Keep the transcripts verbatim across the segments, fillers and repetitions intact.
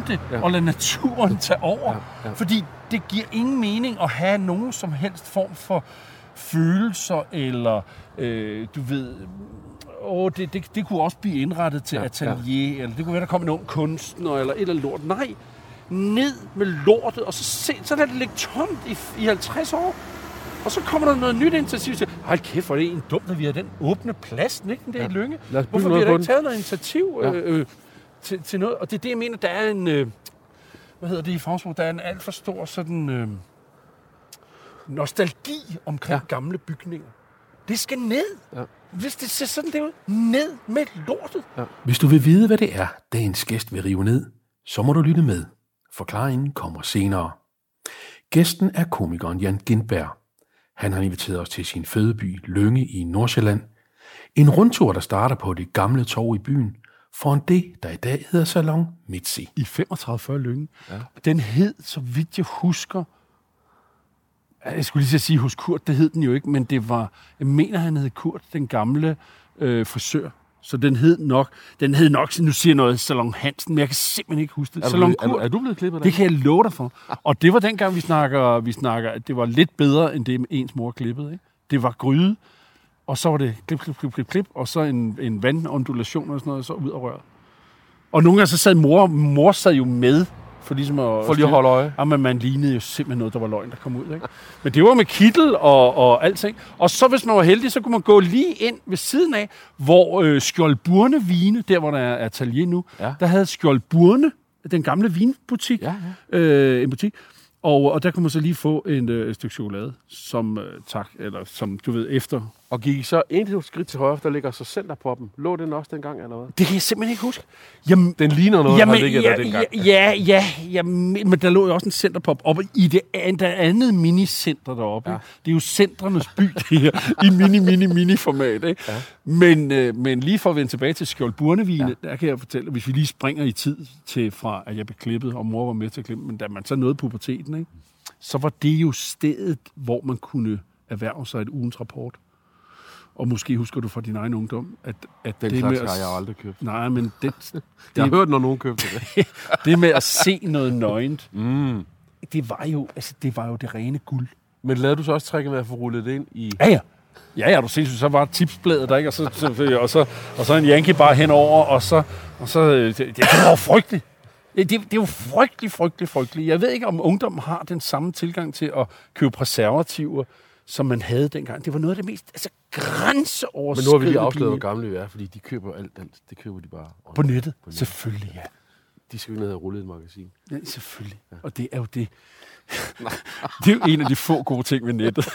det, ja. og lade naturen tage over. Ja, ja. Fordi det giver ingen mening at have nogen som helst form for følelser, eller øh, du ved... Åh, det, det, det kunne også blive indrettet til ja, atelier, ja. eller det kunne være, der kom en ung kunstner, eller et eller lort. Nej, ned med lortet, og så, se, så lader det ligge tomt i, i halvtreds år. Og så kommer der noget nyt initiativ til. Hold kæft, hvor er det en dumt, at vi har den åbne plads, ikke? Den der ja. i Lynge. Hvorfor bliver der ikke taget noget initiativ ja. øh, til, til noget? Og det er det, jeg mener, der er en... Øh, hvad hedder det i fagsprog? Der er en alt for stor sådan... Øh, nostalgi omkring ja. gamle bygninger. Det skal ned. Ja. Hvis det ser sådan det ud, ned med lortet. Ja. Hvis du vil vide, hvad det er, dagens gæst vil rive ned, så må du lytte med. Forklaringen kommer senere. Gæsten er komikeren Jan Gintberg. Han har inviteret os til sin fødeby Lynge i Nordsjælland. En rundtur, der starter på det gamle torv i byen, foran det, der i dag hedder Salon Mitzi. I femogtredive fyrre Lynge. Ja. Den hed, så vidt jeg husker, jeg skulle lige sige hos Kurt, det hed den jo ikke, men det var, jeg mener, han hed Kurt, den gamle øh, frisør. Så den hed nok, den hed nok, nu siger jeg noget, Salon Hansen, men jeg kan simpelthen ikke huske det. Er, Salon du, Kurt, er, er du blevet klippet der? Det kan jeg love dig for. Og det var dengang, vi snakker, vi snakker, at det var lidt bedre, end det ens mor klippede. Ikke? Det var gryde, og så var det klip, klip, klip, klip, klip, og så en, en vandondulation og sådan noget, og så ud af røret. Og nogle gange så sad mor, mor sad jo med, for ligesom at... For lige at holde øje. Ja, men man lignede jo simpelthen noget, der var løgn, der kom ud, ikke? Men det var med kittel og, og alting. Og så, hvis man var heldig, så kunne man gå lige ind ved siden af, hvor øh, Skjoldburne Vine, der hvor der er atelier nu, ja. der havde Skjoldburne, den gamle vinbutik, ja, ja. Øh, en butik. Og, og der kunne man så lige få en, øh, et stykke chokolade, som øh, tak, eller som du ved, efter. Og gik I så en skridt til højre, der ligger så center på dem. Lå den også dengang, eller hvad? Det kan jeg simpelthen ikke huske. Jamen, den ligner noget, jamen, der ligger ja, der dengang. Ja, ja, ja, men der lå jo også en centerpop oppe i det der andet minicenter deroppe. Ja. Det er jo centrenes by, det her, i mini, mini, mini format. Ikke? Ja. Men, øh, men lige for at vende tilbage til Skjoldburnevine, ja. der kan jeg fortælle, hvis vi lige springer i tid til fra, at jeg blev klippet, og mor var med til at klippe, men da man så nåede puberteten, ikke? Så var det jo stedet, hvor man kunne erhverve sig et ugens rapport. Og måske husker du fra din egen ungdom, at, at den det slags med at, har jeg aldrig købt. Nej, men det... det jeg har hørt, når nogen købte det. Det med at se noget nøgent, mm. det var jo altså, det var jo det rene guld. Men lavede du så også trækket med at få rullet det ind i... Ja, ja. Ja, ja, du ses, så var tipsbladet der, ikke? Og så, så, og så, og så en Yankee bare henover, og så... Og så det, det var jo frygteligt. Det, det, det er jo frygtelig, frygtelig, frygtelig. Jeg ved ikke, om ungdommen har den samme tilgang til at købe preservativer, som man havde dengang. Det var noget af det mest altså, grænseoverskridende. Men nu har vi lige afsløret, hvor gamle vi er, fordi de køber alt, alt. Det køber de bare. På nettet? På nettet. Selvfølgelig, ja. De skal jo ned og rulle et magasin. Ja, selvfølgelig. Ja. Og det er jo det. Det er jo en af de få gode ting ved nettet.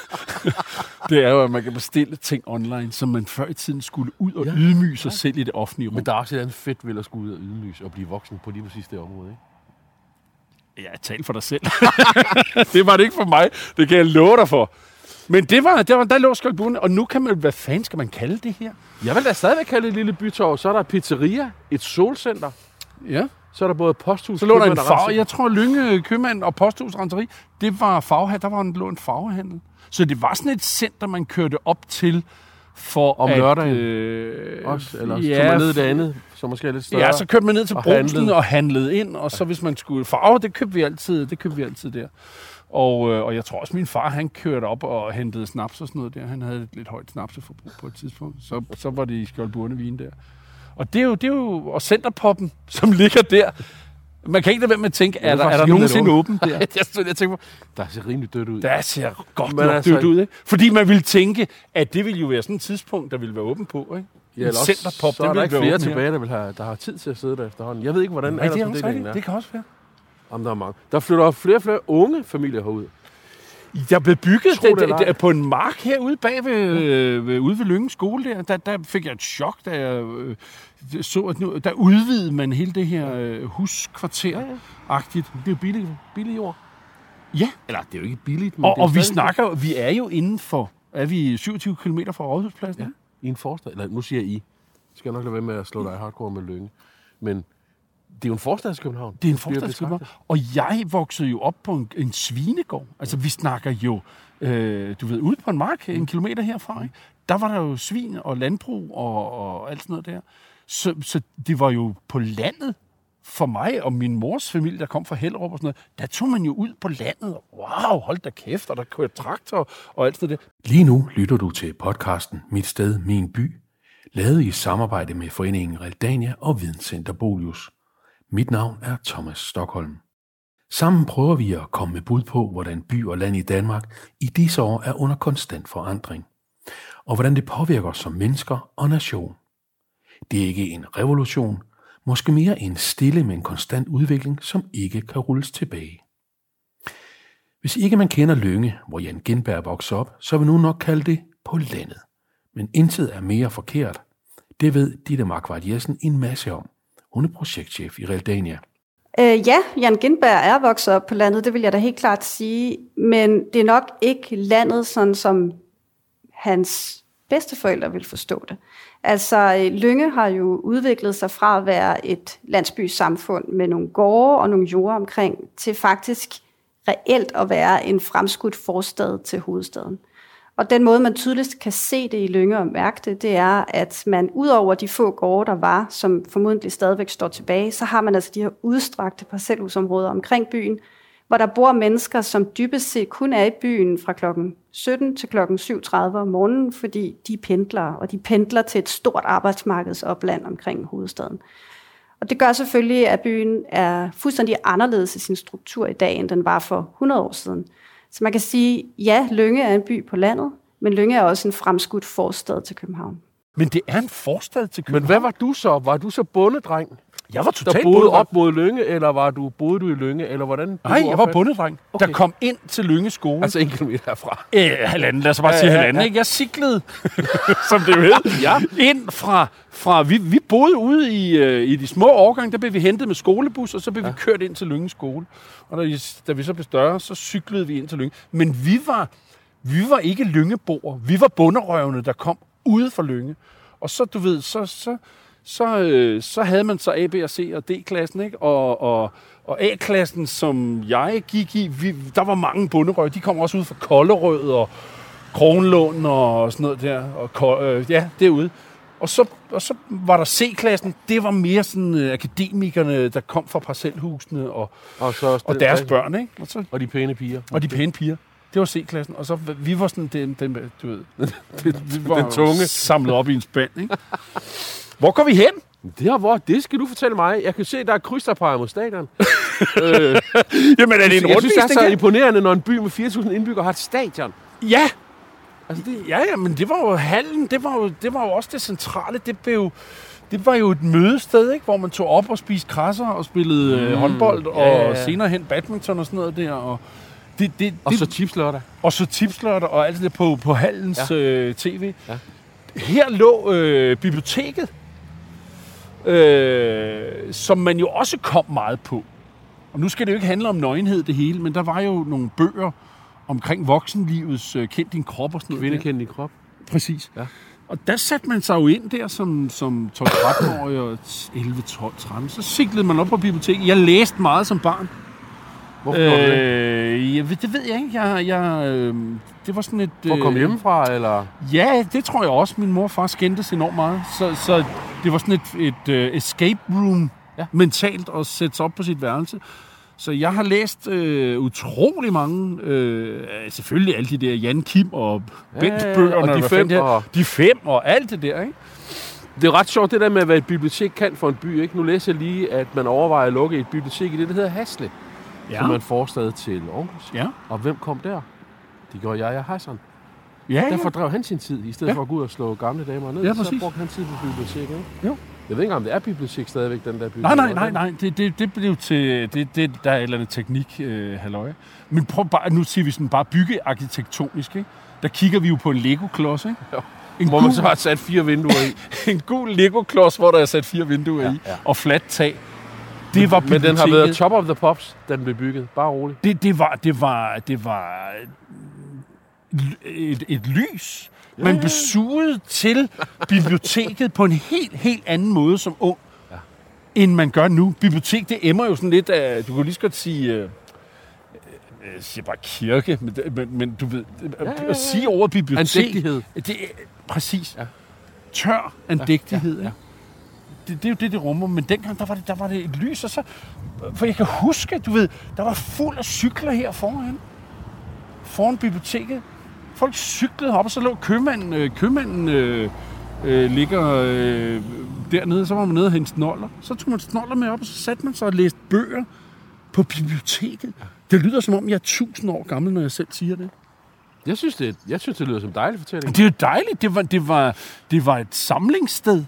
Det er jo, at man kan bestille ting online, som man før i tiden skulle ud og ja. ydmyge sig ja. selv i det offentlige rum. Men der er også et andet fedt ved at skulle ud og ydmyge og blive voksen på lige præcis det område, ikke? Ja, tal for dig selv. Det var det ikke for mig. Det kan jeg love dig for. Men det var, der, var, der lå Skjoldburne, og nu kan man, hvad fanden skal man kalde det her? Jeg vil da stadigvæk kalde det et lille bytorv. Så er der et pizzeria, et solcenter. Ja. Så er der både posthus, så lå der en farve. Jeg tror, Lynge købmand og posthus renseri, det var farvehandel. Der var en, lå en farvehandel. Så det var sådan et center, man kørte op til for om at... lørdagen øh, også? Eller ja, tog man ned det andet, som måske er lidt større? Ja, så kørte man ned til og Brugsen handlede. og handlede ind, og så hvis man skulle farve, det købte vi altid, det købte vi altid der. Og, øh, og jeg tror også, min far, han kørte op og hentede snaps og sådan noget der. Han havde et lidt højt snapseforbrug på et tidspunkt. Så, så var det i Skjoldburne Vin der. Og det er jo, det er jo og Centerpoppen, som ligger der. Man kan ikke lade være med at tænke, er der, er der nogensinde åben der? jeg, jeg tænker på, der ser rimelig dødt ud. Der ser godt nok altså, dødt ud, ikke? Fordi man ville tænke, at det ville jo være sådan et tidspunkt, der ville være åben på, ikke? Ja, eller Centerpop, så er der ikke flere tilbage, der, vil have, der har tid til at sidde der efterhånden. Jeg ved ikke, hvordan Nej, det er det, det, det kan også være. Jamen, der er mange. Der flytter flere og flere unge familier herud. Der blev bygget det, det, det, på en mark herude bag ved, øh, ved, ude ved Lyngen skole der. Der, der fik jeg et chok, da jeg øh, så, at nu, der udvidede man hele det her øh, huskvarter-agtigt. Det er jo billigt, billig jord. Ja. Eller det er jo ikke billigt, men og, det er og vi snakker, vi er jo inden for, er vi syvogtyve kilometer fra Rådhuspladsen? Ja, i en forstad. Eller nu siger jeg I. Skal jeg nok lade være med at slå dig hardcore med Lynge. Men det er jo en forstad til København. Det er en forstad til København. Og jeg voksede jo op på en, en svinegård. Altså, vi snakker jo, øh, du ved, ude på en mark, en kilometer herfra, ikke? Der var der jo svin og landbrug og, og alt sådan noget der. Så, så det var jo på landet for mig og min mors familie, der kom fra Hellerup og sådan noget, der tog man jo ud på landet. Wow, hold da kæft, og der kørte traktor og alt det der. Lige nu lytter du til podcasten Mit Sted, Min By, lavet i samarbejde med Foreningen Realdania og Videnscenter Bolius. Mit navn er Thomas Stockholm. Sammen prøver vi at komme med bud på, hvordan by og land i Danmark i disse år er under konstant forandring, og hvordan det påvirker os som mennesker og nation. Det er ikke en revolution, måske mere en stille, men konstant udvikling, som ikke kan rulles tilbage. Hvis ikke man kender Lynge, hvor Jan Gintberg voksede op, så vil nogen nok kalde det på landet. Men intet er mere forkert. Det ved Ditte Markvart Jessen en masse om. Hun er projektchef i Realdania. Øh, ja, Jan Gintberg er vokset op på landet, det vil jeg da helt klart sige. Men det er nok ikke landet, sådan som hans bedsteforældre vil forstå det. Altså, Lynge har jo udviklet sig fra at være et landsbysamfund med nogle gårde og nogle jorder omkring, til faktisk reelt at være en fremskudt forstad til hovedstaden. Og den måde, man tydeligt kan se det i Lynge og mærke det, det er, at man ud over de få gårde, der var, som formodentlig stadigvæk står tilbage, så har man altså de her udstrakte parcelhusområder omkring byen, hvor der bor mennesker, som dybest set kun er i byen fra klokken sytten til klokken syv tredive om morgenen, fordi de pendler, og de pendler til et stort arbejdsmarkedsopland omkring hovedstaden. Og det gør selvfølgelig, at byen er fuldstændig anderledes i sin struktur i dag, end den var for hundrede år siden. Så man kan sige, ja, Lynge er en by på landet, men Lynge er også en fremskudt forstad til København. Men det er en forstad til København. Men hvad var du så? Var du så bondedreng? Jeg var totalt der boede bondedreng. op mod Lynge, eller var du, boede du i Lynge, eller hvordan? Nej, jeg var bondedreng, okay. Der kom ind til Lynge skole. Altså en kilometer herfra. Øh, halvanden, lad os bare ja, sige ja, halvanden, ja. ikke? Jeg cyklede, som det jo hed, ja. ind fra, fra vi, vi boede ude i, øh, i de små årgange, der blev vi hentet med skolebus, og så blev ja. vi kørt ind til Lynge skole. Og da, da vi så blev større, så cyklede vi ind til Lynge. Men vi var, vi var ikke lyngeboer, vi var bonderøvene, der kom ude fra Lynge. Og så, du ved, så... så Så, øh, så havde man så A, B og C og D-klassen, ikke? Og, og, og A-klassen, som jeg gik i, vi, der var mange bonderøg. De kom også ud fra Kollerød og Kronlund og sådan noget der. Og, øh, ja, derude. Og så, og så var der C-klassen. Det var mere sådan øh, akademikerne, der kom fra parcelhusene og, og, så, og deres børn, ikke? Og, så, og de pæne piger. Og de pæne piger. Det var C-klassen. Og så vi var sådan den, den du ved, vi var den tunge. Samlet op i en spand, ikke? Hvor går vi hen? Det her, hvor? Det skal du fortælle mig. Jeg kan se, der er kryds, der peger mod stadion. øh, Jamen, er det en rundvisning? Jeg synes, det er så her? imponerende, når en by med fire tusind indbyggere har et stadion. Ja. Altså, det, ja, ja, men det var jo hallen. Det var jo, det var jo også det centrale. Det, blev, det var jo et mødested, ikke? Hvor man tog op og spiste krasser og spillede mm, håndbold og ja, ja, ja. senere hen badminton og sådan noget der. Og, det, det, og det, så tipslørdag. Og så tipslørdag og alt det på, på hallens ja. øh, tv. Ja. Her lå øh, biblioteket. Øh, som man jo også kom meget på. Og nu skal det jo ikke handle om nøgenhed det hele, men der var jo nogle bøger omkring voksenlivets øh, kend din krop og sådan noget. Kvinde kend din krop. Præcis. Ja. Og der satte man sig jo ind der som, som tolv-tretten-årig og elleve tolv tretten. Så cyklede man op på biblioteket. Jeg læste meget som barn. Hvorfor gjorde du det? Øh, jeg, det ved jeg ikke. Jeg, jeg, øh, det var sådan et... For at komme hjemmefra, eller? Ja, det tror jeg også. Min mor og far skændtes enormt meget. Så, så det var sådan et, et uh, escape room ja. mentalt at sætte sig op på sit værelse. Så jeg har læst øh, utrolig mange, øh, selvfølgelig alle de der Jan Kim og Bent-bøgerne. Ja, ja, og de fem, og... de fem og alt det der, ikke? Det er ret sjovt, det der med, hvad et bibliotek kan for en by, ikke? Nu læser jeg lige, at man overvejer at lukke et bibliotek i det, der hedder Hasle. Ja. Som er en forstad til Aarhus. Ja. Og hvem kom der? Det gjorde jeg, jeg Heisen. Ja, ja. Derfor drev han sin tid, i stedet ja. for at gå ud og slå gamle damer ned. Ja, så brugte han tid på biblioteket. Jo. Jeg ved ikke, om det er bibliotek stadigvæk, den der bibliotek. Nej, nej, nej, nej. Det, det, det blev til... Det, det, der er et eller andet teknik, øh, halløj. Men prøv bare... Nu siger vi sådan bare byggearkitektonisk, ikke? Der kigger vi jo på en Lego-klods, ikke? Jo. En hvor gul, man så har sat fire vinduer i. En gul Lego-klods, hvor der er sat fire vinduer ja, i. Ja. Og fladt tag. Det var men den har været top of the pops, da den blev bygget. Bare roligt. Det, det var... Det var... Det var et, et lys. Ja, man blev suget til biblioteket på en helt, helt anden måde som ung, ja. end man gør nu. Bibliotek, det emmer jo sådan lidt af... Du kan lige så godt sige... Øh, jeg siger bare kirke, men, men, men du ved... Ja, ja, ja. At sige ordet bibliotek... Andægtighed. Det er præcis. Ja. Tør andægtighed. Ja, ja, ja. det er jo det, det rummer. Men dengang, der var det, der var det et lys, og så... For jeg kan huske, du ved, der var fuld af cykler her foran. Foran biblioteket. Folk cyklede op, og så lå købmanden... Øh, købmanden øh, øh, ligger øh, dernede, så var man nede og hente snoller. Så tog man snoller med op, og så satte man sig og læste bøger på biblioteket. Det lyder som om, jeg er tusind år gammel, når jeg selv siger det. Jeg synes, det, jeg synes, det lyder som en dejlig fortælling. Det er jo dejligt. Det var, det var, det var et samlingssted.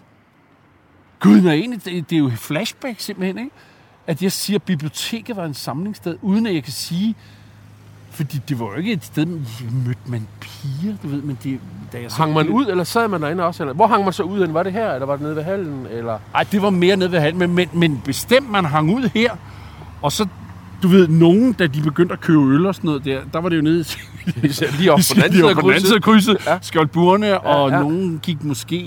Gud, nej, egentlig, det, det er jo et flashback simpelthen, ikke? At jeg siger, at biblioteket var en samlingssted, uden at jeg kan sige... Fordi det var jo ikke et sted, jeg mødte man piger, du ved, men det... Da jeg hang man ud, eller sad man derinde også? Eller? Hvor hang man så ud? Var det her, eller var det nede ved hallen? Eller? Ej, det var mere nede ved hallen, men, men, men bestemt, man hang ud her, og så... Du ved, nogen, da de begyndte at købe øl og sådan noget der, der var det jo nede lige op på den anden side af krydset, ja. skjoldburene, ja, og ja. nogen gik måske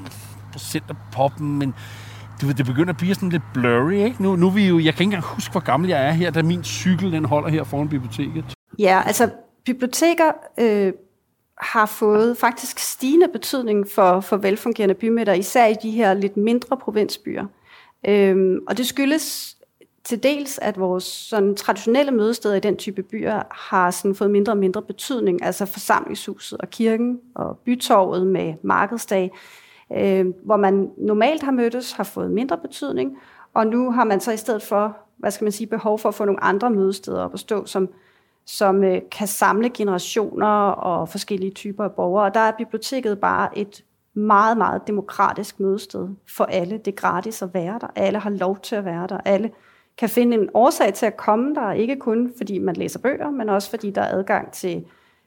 på centerpoppen, men du ved, det begynder at blive sådan lidt blurry, ikke? Nu, nu er vi jo, jeg kan ikke engang huske, hvor gammel jeg er her, da min cykel, den holder her foran biblioteket. Ja, altså biblioteker øh, har fået faktisk stigende betydning for, for velfungerende bymidter, især i de her lidt mindre provinsbyer. Øhm, og det skyldes til dels, at vores sådan, traditionelle mødesteder i den type byer har sådan, fået mindre og mindre betydning, altså forsamlingshuset og kirken og bytorvet med markedsdag, øh, hvor man normalt har mødtes, har fået mindre betydning, og nu har man så i stedet for, hvad skal man sige, behov for at få nogle andre mødesteder op at stå, som, som øh, kan samle generationer og forskellige typer af borgere, og der er biblioteket bare et meget, meget demokratisk mødested for alle. Det er gratis at være der, alle har lov til at være der, alle kan finde en årsag til at komme der, ikke kun fordi man læser bøger, men også fordi der er adgang til,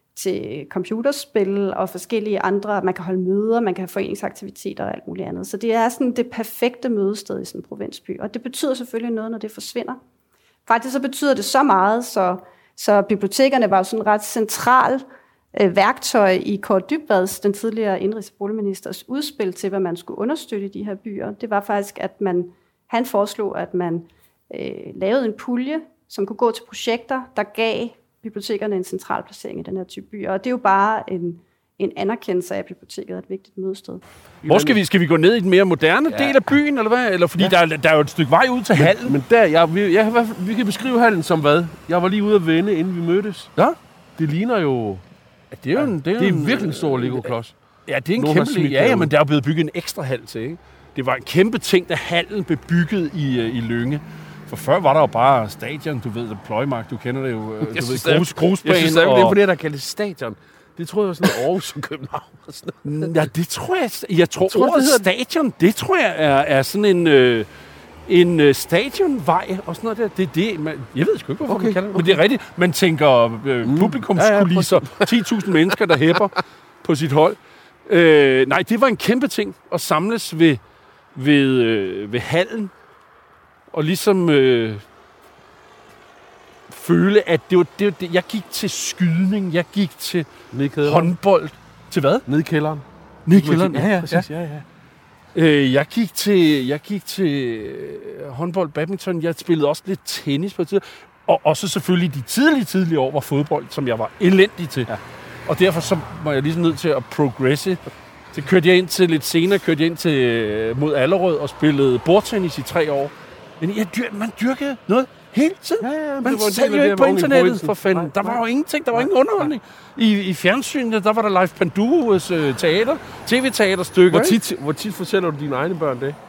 til computerspil og forskellige andre, man kan holde møder, man kan have foreningsaktiviteter og alt muligt andet. Så det er sådan det perfekte mødested i sådan en provinsby, og det betyder selvfølgelig noget, når det forsvinder. Faktisk så betyder det så meget, så, så bibliotekerne var jo sådan ret central øh, værktøj i Kaare Dybvads, den tidligere indrigs- og boligministers udspil til, hvad man skulle understøtte i de her byer. Det var faktisk, at man, han foreslog, at man Øh, lavede en pulje, som kunne gå til projekter, der gav bibliotekerne en central placering i den her type byer. Og det er jo bare en, en anerkendelse af, at biblioteket er et vigtigt mødested. Hvor skal vi? Skal vi gå ned i den mere moderne ja. del af byen, eller hvad? Eller fordi ja. der, der er jo et stykke vej ud til men, hallen. Men der, jeg, vi, jeg, vi kan beskrive hallen som hvad? Jeg var lige ude at vende, inden vi mødtes. Ja. Det ligner jo... Ja, det er jo en, det er det er en, virkelig en stor Lego-klods. Ja, det er en Nogen kæmpe... Ja, ja, men der er blevet bygget en ekstra hal til, ikke? Det var en kæmpe ting, da hallen blev bygget i, i Lynge. For før var der jo bare stadion, du ved, pløjemark, du kender det jo, du jeg ved, synes, grus, grusbane. Jeg synes, og... det er på det, der kaldes stadion. Det tror jeg var sådan Aarhus og København. Ja, det tror jeg, jeg tror, tror ordet det stadion, det tror jeg er, er sådan en, øh, en øh, stadionvej og sådan noget der. Det er det, man, jeg ved sgu ikke, hvorfor okay, man kalder det, okay. Men det er rigtigt. Man tænker øh, mm. publikumskulisser, ja, ja, ti tusind mennesker, der hæpper på sit hold. Øh, nej, det var en kæmpe ting at samles ved, ved, øh, ved hallen. Og ligesom øh, føle, at det var, det var det. Jeg gik til skydning, jeg gik til håndbold. Til hvad? Nede i kælderen. Nede i kælderen, ja, ja, præcis, ja, ja. Øh, jeg gik til, jeg gik til håndbold, badminton. Jeg spillede også lidt tennis på et tidspunkt. Og, og så selvfølgelig de tidlige, tidlige år var fodbold, som jeg var elendig til. Ja. Og derfor så var jeg ligesom nødt til at progresse. Så kørte jeg ind til lidt senere, kørte jeg ind til mod Allerød og spillede bordtennis i tre år. Men jeg dyr, man dyrkede noget hele tiden. Ja, ja, man sad jo ikke på internettet, for fanden. Der var jo ingenting, der var ingen underholdning. I, i fjernsynet, der var der Leif Panduros uh, teater, tv-teaterstykker. Hvor tit, hvor tit fortæller du dine egne børn det?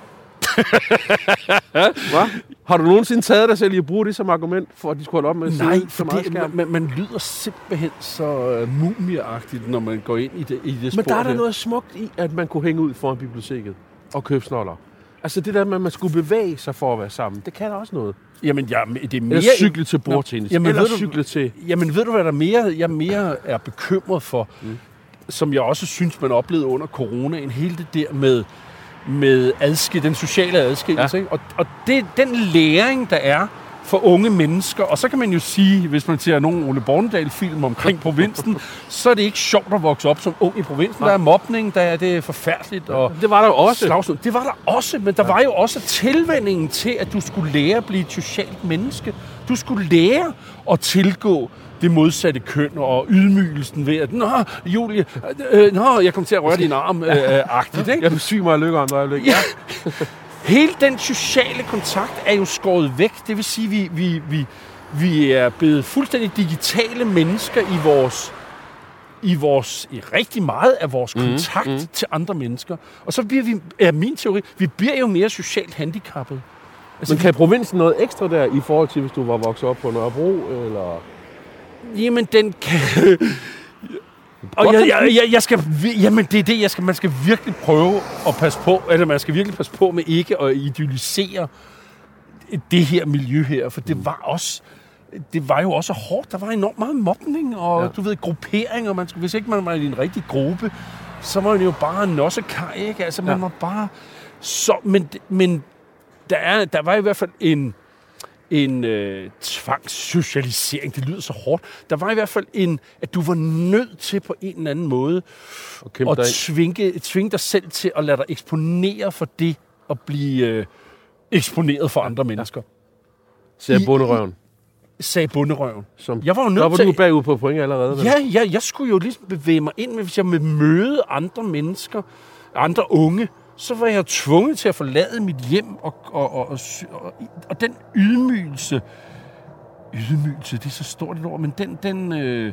Hva? Har du nogensinde taget dig selv i at bruge det som argument, for at de skulle holde op med at Nej, for det, man, man lyder simpelthen så uh, mumieagtigt, når man går ind i det, i det spor. Men der er der noget smukt i, at man kunne hænge ud foran biblioteket og købe snoller. Altså det der med, at man skulle bevæge sig for at være sammen, det kan da også noget. Jamen, ja, det er mere... Eller cykle til bordtennis. Jamen, eller ved du, cykle til... Jamen, ved du, hvad der mere, jeg mere er bekymret for, mm. som jeg også synes, man oplevede under coronaen, hele det der med, med adskil, den sociale adskillelse. Ja. Og, og det, den læring, der er for unge mennesker, og så kan man jo sige, hvis man ser nogle Ole Bornedal-film omkring provinsen, så er det ikke sjovt at vokse op som ung i provinsen. Ja. Der er mobning, der er det er forfærdeligt. Og det var der jo også. Slagsnod. Det var der også, men der ja. var jo også tilvænningen til, at du skulle lære at blive et socialt menneske. Du skulle lære at tilgå det modsatte køn og ydmygelsen ved, at nå, Julie, øh, nå, jeg kom til at røre din arm, øh, agtigt, ikke? Jeg vil syge mig af lykke andre øjeblik. Ja. hele den sociale kontakt er jo skåret væk. Det vil sige, vi, vi, vi, vi er blevet fuldstændig digitale mennesker i vores, i vores, i rigtig meget af vores kontakt mm, mm. til andre mennesker. Og så bliver vi, er min teori, vi bliver jo mere socialt handicappet. Altså, men kan provinsen noget ekstra der i forhold til, hvis du var vokset op på Nørrebro, eller? Jamen, den kan... Og jeg, jeg, jeg, jeg skal, jamen det er det, jeg skal, man skal virkelig prøve at passe på, eller man skal virkelig passe på med ikke at idealisere det her miljø her, for det var også, det var jo også hårdt. Der var enormt meget mobning og ja. du ved grupperinger. Man skulle, hvis ikke man var i en rigtig gruppe, så var man jo bare en nossekaj, ikke? Altså man ja. var bare så, men men der er, der var i hvert fald en en øh, tvangssocialisering. Det lyder så hårdt. Der var i hvert fald en, at du var nødt til på en eller anden måde at tvinge, tvinge dig selv til at lade dig eksponere for det, at blive øh, eksponeret for andre mennesker. Sagde bunderøven. Sagde bunderøven. Som, jeg var jo nødt der var til, du bagud på point allerede. Ja, ja, jeg skulle jo ligesom bevæge mig ind, hvis jeg ville møde andre mennesker, andre unge, så var jeg tvunget til at forlade mit hjem, og, og, og, og, og, og den ydmygelse, ydmygelse, det er så stort et ord, men den, den, øh,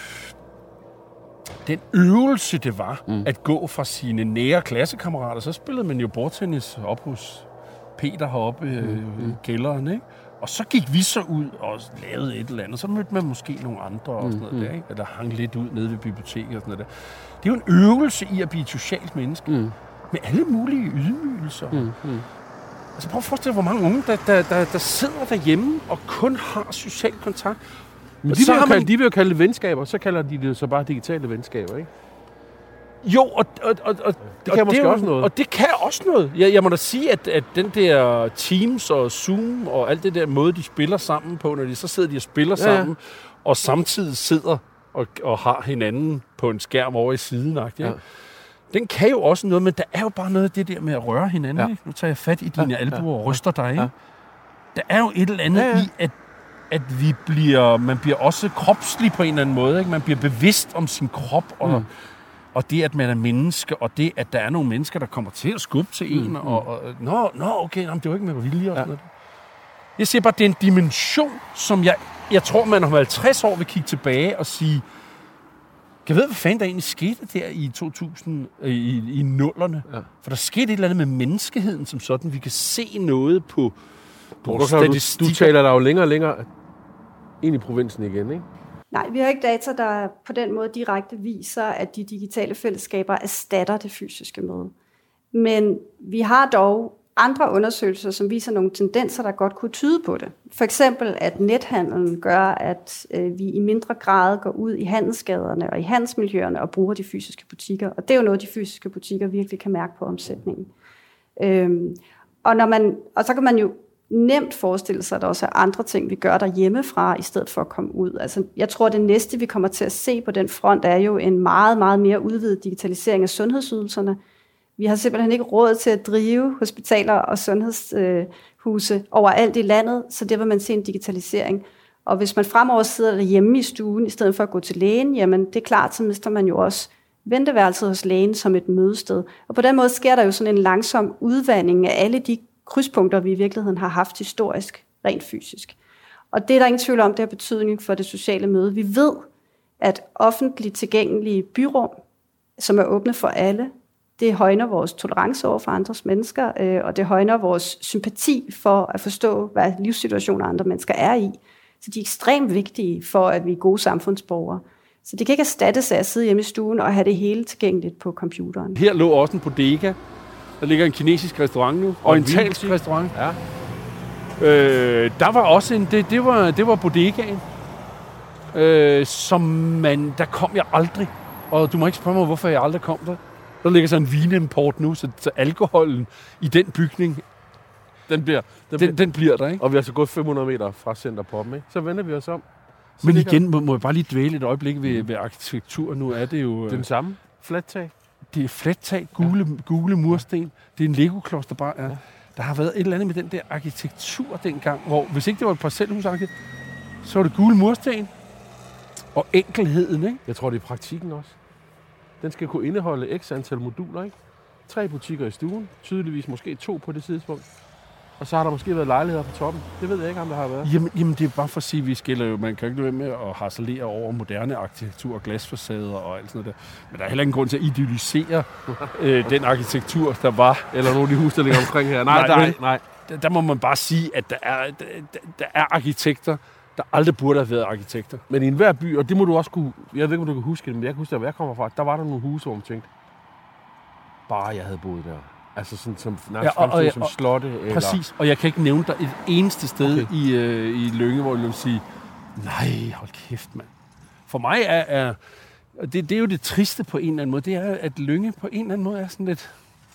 den øvelse, det var, mm. at gå fra sine nære klassekammerater, så spillede man jo bordtennis op hos Peter heroppe øh, mm. i kælderen, ikke? Og så gik vi så ud og lavede et eller andet, så mødte man måske nogle andre og sådan noget mm. der, ikke? Eller hang lidt ud nede ved biblioteket og sådan noget der. Det er jo en øvelse i at blive et socialt menneske. Mm. Med alle mulige ydmygelser. Mm, mm. Altså prøv at forestille dig, hvor mange unge, der, der, der, der sidder derhjemme og kun har social kontakt. Men de, vil man... kalde, de vil jo kalde det venskaber, så kalder de det så bare digitale venskaber, ikke? Jo, og, og, og, og det kan og måske det også noget. Og det kan også noget. Jeg, jeg må da sige, at, at den der Teams og Zoom og alt det der måde, de spiller sammen på, når de så sidder de og spiller ja, sammen, ja. og samtidig sidder og, og har hinanden på en skærm over i siden. Ja. Den kan jo også noget, men der er jo bare noget af det der med at røre hinanden. Ja. Ikke? Nu tager jeg fat i dine ja, albuer og ryster dig. Ikke? Ja. Der er jo et eller andet ja, ja. i, at, at vi bliver, man bliver også kropslig på en eller anden måde. Ikke? Man bliver bevidst om sin krop, og, mm. og det, at man er menneske, og det, at der er nogle mennesker, der kommer til at skubbe til mm. en. Og, og, nå, nå, okay, nå, det er jo ikke med vilje og sådan ja. noget. Jeg siger bare, det er en dimension, som jeg, jeg tror, man om halvtreds år vil kigge tilbage og sige, kan jeg vide, hvad fanden der egentlig skete der i to tusind, i, i nullerne? Ja. For der skete et eller andet med menneskeheden som sådan. Vi kan se noget på, på du, statistikker. Du taler der jo længere og længere ind i provinsen igen, ikke? Nej, vi har ikke data, der på den måde direkte viser, at de digitale fællesskaber erstatter det fysiske møde. Men vi har dog andre undersøgelser, som viser nogle tendenser, der godt kunne tyde på det. For eksempel, at nethandlen gør, at øh, vi i mindre grad går ud i handelsgaderne og i handelsmiljøerne og bruger de fysiske butikker. Og det er jo noget, de fysiske butikker virkelig kan mærke på omsætningen. Øhm, og, når man, og så kan man jo nemt forestille sig, at der også er andre ting, vi gør derhjemmefra, i stedet for at komme ud. Altså, jeg tror, det næste, vi kommer til at se på den front, er jo en meget, meget mere udvidet digitalisering af sundhedsydelserne. Vi har simpelthen ikke råd til at drive hospitaler og sundhedshuse overalt i landet, så det vil man se en digitalisering. Og hvis man fremover sidder derhjemme i stuen, i stedet for at gå til lægen, jamen det er klart, så mister man jo også venteværelset hos lægen som et mødested. Og på den måde sker der jo sådan en langsom udvandring af alle de krydspunkter, vi i virkeligheden har haft historisk, rent fysisk. Og det er der ingen tvivl om, det har betydning for det sociale møde. Vi ved, at offentligt tilgængelige byrum, som er åbne for alle, det højner vores tolerance over for andres mennesker, øh, og det højner vores sympati for at forstå, hvad livssituationer andre mennesker er i. Så de er ekstremt vigtige for, at vi er gode samfundsborgere. Så det kan ikke erstattes af at sidde hjemme i stuen og have det hele tilgængeligt på computeren. Her lå også en bodega. Der ligger en kinesisk restaurant nu. Og en orientalsk restaurant. Ja. Øh, der var også en... Det, det, var, det var bodegaen. Øh, som man... Der kom jeg aldrig. Og du må ikke spørge mig, hvorfor jeg aldrig kom der. Der ligger så en vinimport nu, så, så alkoholen i den bygning, den bliver, den, den, den bliver der, ikke? Og vi har så gået fem hundrede meter fra Center Poppen, ikke? Så vender vi os om. Så men igen, må, må jeg bare lige dvæle et øjeblik ved, ved arkitektur. Nu er det jo... Den samme flattag. Det er flattag, gule, ja. gule mursten. Det er en Lego-kloster bare. Ja. Der har været et eller andet med den der arkitektur dengang, hvor hvis ikke det var et parcelhusagtigt, så var det gule mursten og enkelheden, ikke? Jeg tror, det er praktikken også. Den skal kunne indeholde x antal moduler, ikke? tre butikker i stuen. Tydeligvis måske to på det tidspunkt. Og så har der måske været lejligheder på toppen. Det ved jeg ikke, om der har været. Jamen, jamen det er bare for at sige, at vi skiller jo. Man kan ikke lade med at harcelere over moderne arkitektur og glasfacader og alt sådan noget der. Men der er heller ingen grund til at idealisere øh, den arkitektur, der var. Eller nogle af de hus, der ligger omkring her. Nej, nej, nej. nej. Der, der må man bare sige, at der er, der, der er arkitekter, der aldrig burde have været arkitekter. Men i enhver by, og det må du også kunne... Jeg ved ikke, om du kan huske det, men jeg kan huske, der hvor jeg kommer fra, der var der nogle huse, hvor man tænkte, bare jeg havde boet der. Altså sådan som, ja, og, og, som slotte. Eller... Præcis, og jeg kan ikke nævne dig et eneste sted okay. i, øh, i Lynge, hvor jeg vil sige, nej, hold kæft, mand. For mig er, er det, det er jo det triste på en eller anden måde, det er, at Lynge på en eller anden måde er sådan lidt,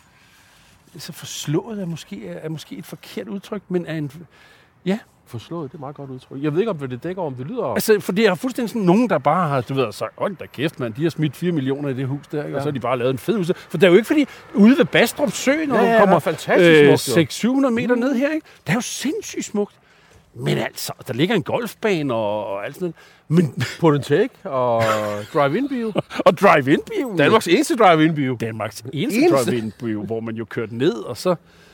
så forslået er måske, er måske et forkert udtryk, men er en, ja. Forslået, det er meget godt udtryk. Jeg ved ikke, om det dækker, om det lyder... Altså, for det er fuldstændig sådan nogen, der bare har, du ved, sagt, hold da kæft, mand, de har smidt fire millioner i det hus der, ikke? Ja. Og så har de bare lavet en fed hus. For det er jo ikke fordi, ude ved Bastrup Sø, når ja, ja, du kommer fantastisk smukt, øh, seks til syv hundrede meter mm. ned her, ikke? Det er jo sindssygt smukt. Men altså, der ligger en golfbane og, og alt sådan noget. Men Potentæk og drive-in-bio. og drive-in-bio. Danmarks eneste drive-in-bio. Danmarks eneste, eneste. drive-in-bio, hvor man jo kørte ned, og så...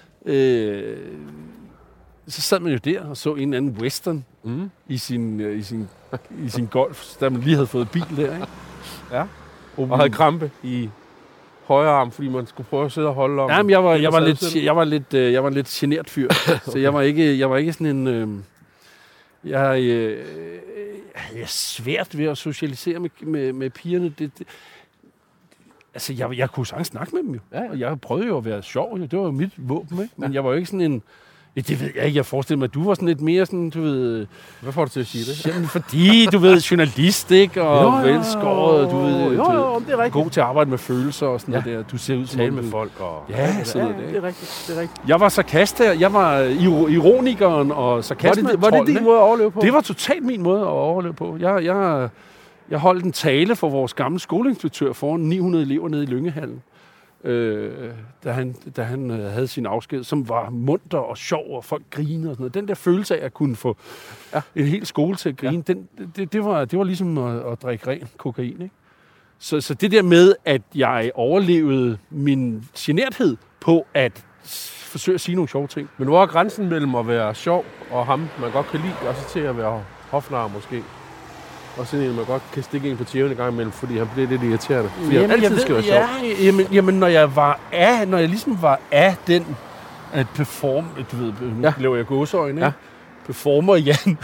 Øh, så sad man jo der og så en eller anden western mm. i, sin, i, sin, i sin golf, da man lige havde fået bil der, ikke? Ja. Og, og havde krampe i højre arm, fordi man skulle prøve at sidde og holde om. Jamen, jeg var, jeg var, lidt, jeg var lidt, jeg var lidt genert fyr, okay. Så jeg var ikke, jeg var ikke sådan en... Øh, jeg, øh, jeg er svært ved at socialisere med, med, med pigerne. Det, det, altså, jeg, jeg kunne sagtens snakke med dem jo. Ja, og jeg prøvede jo at være sjov, jo. Det var jo mit våben, ikke? Men ja. Jeg var jo ikke sådan en... Ja, det ved jeg ikke. Jeg forestiller mig, at du var sådan lidt mere sådan, du ved... Hvad får du til at sige det? Jamen, fordi, du ved, journalist, ikke? Og velskåret, du ved... Jo, jo, jo, det er rigtigt. God til at arbejde med følelser og sådan ja. Noget der. Du ser ud som... Tale med folk og... Ja, sådan ja, noget der. Det er rigtigt, det er rigtigt. Jeg var sarkast her. Jeg var ironikeren og sarkasmen. Var det, var det din måde at overleve på? Det var totalt min måde at overleve på. Jeg, jeg, jeg holdt en tale for vores gamle skoleinspektør foran ni hundrede elever nede i Lyngehallen. Øh, da han, da han øh, havde sin afsked, som var munter og sjov, og folk grinede og sådan noget. Den der følelse af at kunne få ja. En hel skole til at grine, ja. den, det, det, var, det var ligesom at, at drikke ren kokain. Ikke? Så, så det der med, at jeg overlevede min generthed på at forsøge at sige nogle sjove ting. Men hvor er grænsen mellem at være sjov og ham, man godt kan lide, og så til at være hofnar måske? Og sådan en, man godt kan stikke en på tæven en gang imellem, fordi han bliver lidt irriterende. Fordi jamen, han altid jeg skal ved, være sjov. Ja, jamen, jamen, når jeg var af, når jeg ligesom var af den at perform, du ved, nu ja. Laver jeg gåseøjne, ja. Performer Jan.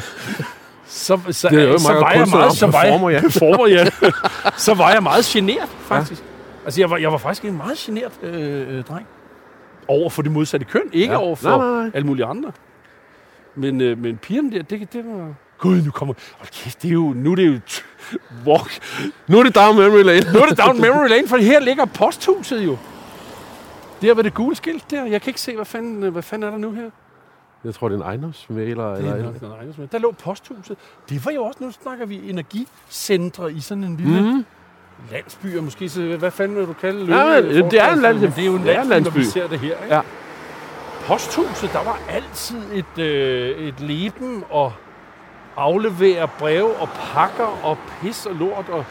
Så, så, det er jo så, så var jeg meget, så var jeg, Jan. Performer Jan. Så var jeg meget genert, faktisk. Ja. Altså, jeg var, jeg var faktisk en meget genert øh, øh, dreng. Over for det modsatte køn, ikke ja. Over for nej, nej, nej. Alle mulige andre. Men, øh, men pigerne der, det, det var... Gud, nu kommer... Okay, det er jo... Nu er det jo... Walk. Nu er det down memory lane. Nu er det down memory lane, for her ligger posthuset jo. Det er ved det gule skilt der. Jeg kan ikke se, hvad fanden, hvad fanden er der nu her? Jeg tror, det er en ejendomsmægler. Det er eller nok en ejendomsmægler. Der lå posthuset. Det var jo også... Nu snakker vi energicentre i sådan en lille... Mm. Landsby, og måske så... Hvad fanden vil du kalde det? Ja, men, det er en landsby. Det er jo en landsby, landsby, når vi ser det her, ikke? Ja. Posthuset, der var altid et, øh, et leben og... aflevere breve og pakker og pis og lort og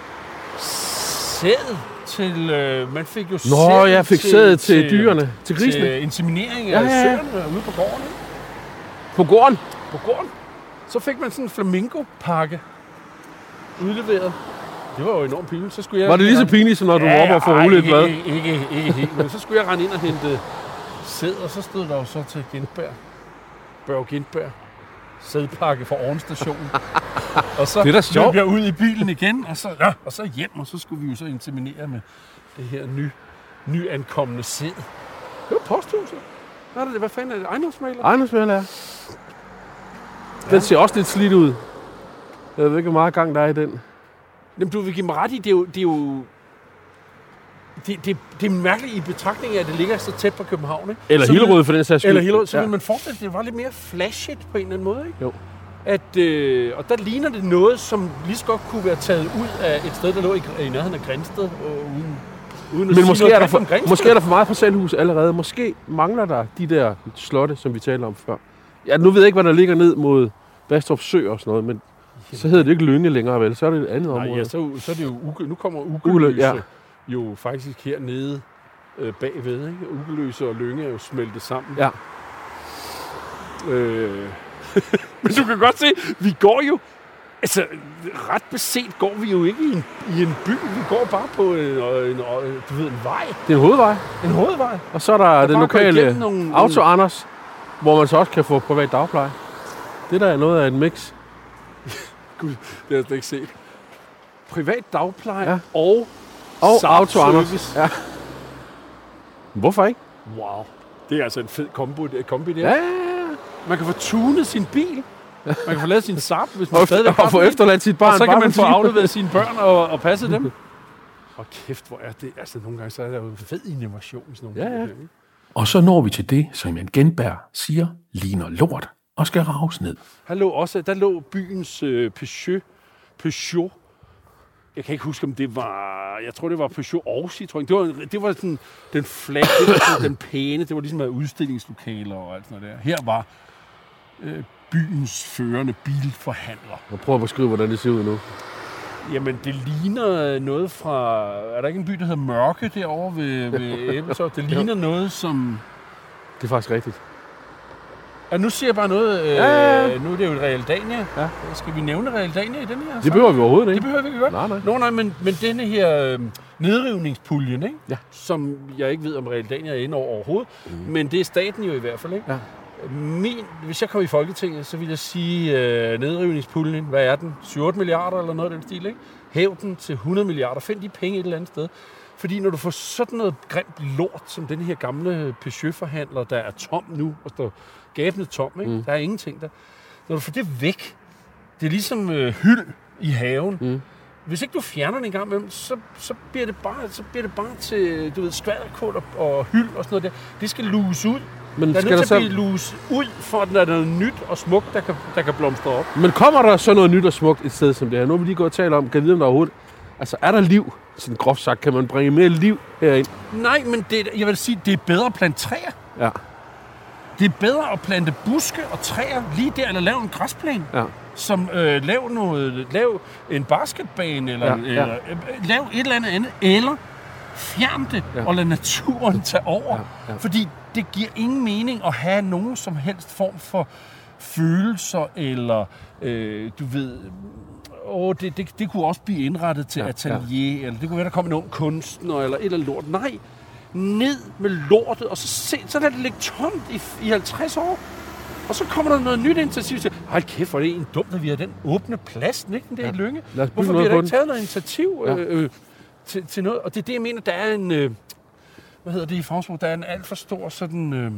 sæd til... Øh, man fik jo sæd Nå, jeg fik til, sæd til, til dyrene, til grisene. Til inseminering af ja, ja, ja. Søerne ude på gården. Ikke? På gården? På gården. Så fik man sådan en flamingo-pakke udleveret. Det var jo enormt pinligt. Så skulle jeg... Var det lige så pinligt, som når du ja, var oppe og få rullet et blad? Ikke, ikke, ikke helt. Men så skulle jeg rende ind og hente sæd, og så stod der jo så til Gindberg. Børge Gindberg. Sædpakke fra Orne Station. Og så løb jeg ud i bilen igen, og så, ja, og så hjem, og så skulle vi jo så inseminere med det her ny, nyankomne sæd. Det var posthuset. Hvad er det? Hvad fanden er det? Ejendomsmægler? Ejendomsmægler, ja. Den ja. Ser også lidt slidt ud. Jeg ved ikke, hvor meget gang der er i den. Jamen, du vil give mig ret i, det er jo... Det er jo Det, det, det er mærkeligt i betragtning af, at det ligger så tæt på København, ikke? Eller Hillerød for den sags skyld. Eller Hillerød, så ja. Vil man forestille, at det var lidt mere flashet på en eller anden måde, ikke? Jo. At, øh, og der ligner det noget, som lige så godt kunne være taget ud af et sted, der lå i, i nærheden af Grindsted, og uden, uden at Men måske er, der for, måske er der for meget parcelhus allerede. Måske mangler der de der slotte, som vi talte om før. Ja, nu ved jeg ikke, hvad der ligger ned mod Bastrup Sø og sådan noget, men så hedder det ikke Lynge længere, vel? Så er det et andet Nej, område. Ja, så, så er det jo uge, nu kommer Ugeløse. Ja. Jo faktisk hernede øh, bagved. Ikke? Ugeløse og Lynge er jo smeltet sammen. Ja. Øh. Men du kan godt se, vi går jo... Altså, ret beset går vi jo ikke i en, i en by. Vi går bare på en, en, du ved, en vej. Det er en hovedvej. En hovedvej. Og så er der, der den lokale nogle, Auto Anders, hvor man så også kan få privat dagpleje. Det der er noget af et mix. Gud, det har jeg slet ikke set. Privat dagpleje ja. og, og Auto Anders. Ja. Hvorfor ikke? Wow. Det er altså en fed kombo, kombi der. Ja, ja, ja. Man kan få tunet sin bil. Man kan få lavet sin Saab, hvis man stadig har få efterladt sit barn. Og så kan man få afleveret sine børn og, og passet dem. Og kæft, hvor er det. Altså, nogle gange så er der jo fed innovation i sådan nogle ja, ja. ting. Og så når vi til det, som Jan Gintberg siger, ligner lort og skal raves ned. Der lå også, der lå byens øh, Peugeot, Peugeot. Jeg kan ikke huske, om det var... Jeg tror, det var Peugeot Aarhus, tror jeg. Det var, det var sådan den flat, det var sådan den pæne. Det var ligesom udstillingslokaler og alt sådan noget der. Her var øh, byens førende bilforhandler. Jeg prøver at beskrive, hvordan det ser ud nu. Jamen, det ligner noget fra... Er der ikke en by, der hedder Mørke derovre ved, ved Ebeltoft? Det ligner noget, som... Det er faktisk rigtigt. Ja, nu siger jeg bare noget. Øh, ja, ja. Nu er det jo Realdania. Ja. Skal vi nævne Realdania i den her? Det behøver vi overhovedet ikke. Det behøver vi ikke godt. Nej, nej. Nå, nej, men, men denne her øh, nedrivningspuljen, ikke? Ja. Som jeg ikke ved, om Realdania er inde over overhovedet, mm. men det er staten jo i hvert fald, ikke? Ja. Min, hvis jeg kommer i Folketinget, så vil jeg sige, øh, nedrivningspuljen, hvad er den? syv otte milliarder eller noget af den stil, ikke? Hæv den til hundrede milliarder. Find de penge et eller andet sted. Fordi når du får sådan noget grimt lort, som den her gamle Peugeot-forhandler, der er tom nu, og står gabende tom, ikke? Mm. Der er ingenting der. Når du får det væk, det er ligesom øh, hyld i haven. Mm. Hvis ikke du fjerner den en gang imellem, så, så, bliver det bare, så bliver det bare til, du ved, skvalderkål og, og hyld og sådan noget der. Det skal luges ud. Men der er skal nødt der til at så... blive luges ud, for at der er noget nyt og smukt, der kan, der kan blomstre op. Men kommer der så noget nyt og smukt et sted som det her? Nu vil vi lige gå og tale om, kan vi vide, om der overhovedet... Altså, er der liv? Sådan groft sagt, kan man bringe mere liv herind? Nej, men det, jeg vil sige, det er bedre at plante træer. Ja. Det er bedre at plante buske og træer lige der, eller lave en græsplæne. Ja. Som øh, lav noget, lav en basketbane, eller, ja, ja. eller øh, lav et eller andet andet, eller fjern det, ja. og lad naturen tage over. Ja, ja. Fordi det giver ingen mening at have nogen som helst form for følelser, eller øh, du ved... Åh, det, det, det kunne også blive indrettet til ja, atelier, ja. eller det kunne være, der kom en ung kunstner, eller et eller andet lort. Nej, ned med lortet, og så, se, så lader det ligge tomt i, i halvtreds år. Og så kommer der noget nyt initiativ til, hold kæft, hvor er det en dumt, at vi har den åbne plads, ikke, den der ja. i Lynge. Hvorfor bliver der ikke taget noget initiativ ja. øh, til, til noget? Og det er det, jeg mener, der er en, øh, hvad hedder det i fagsprog, der er en alt for stor sådan øh,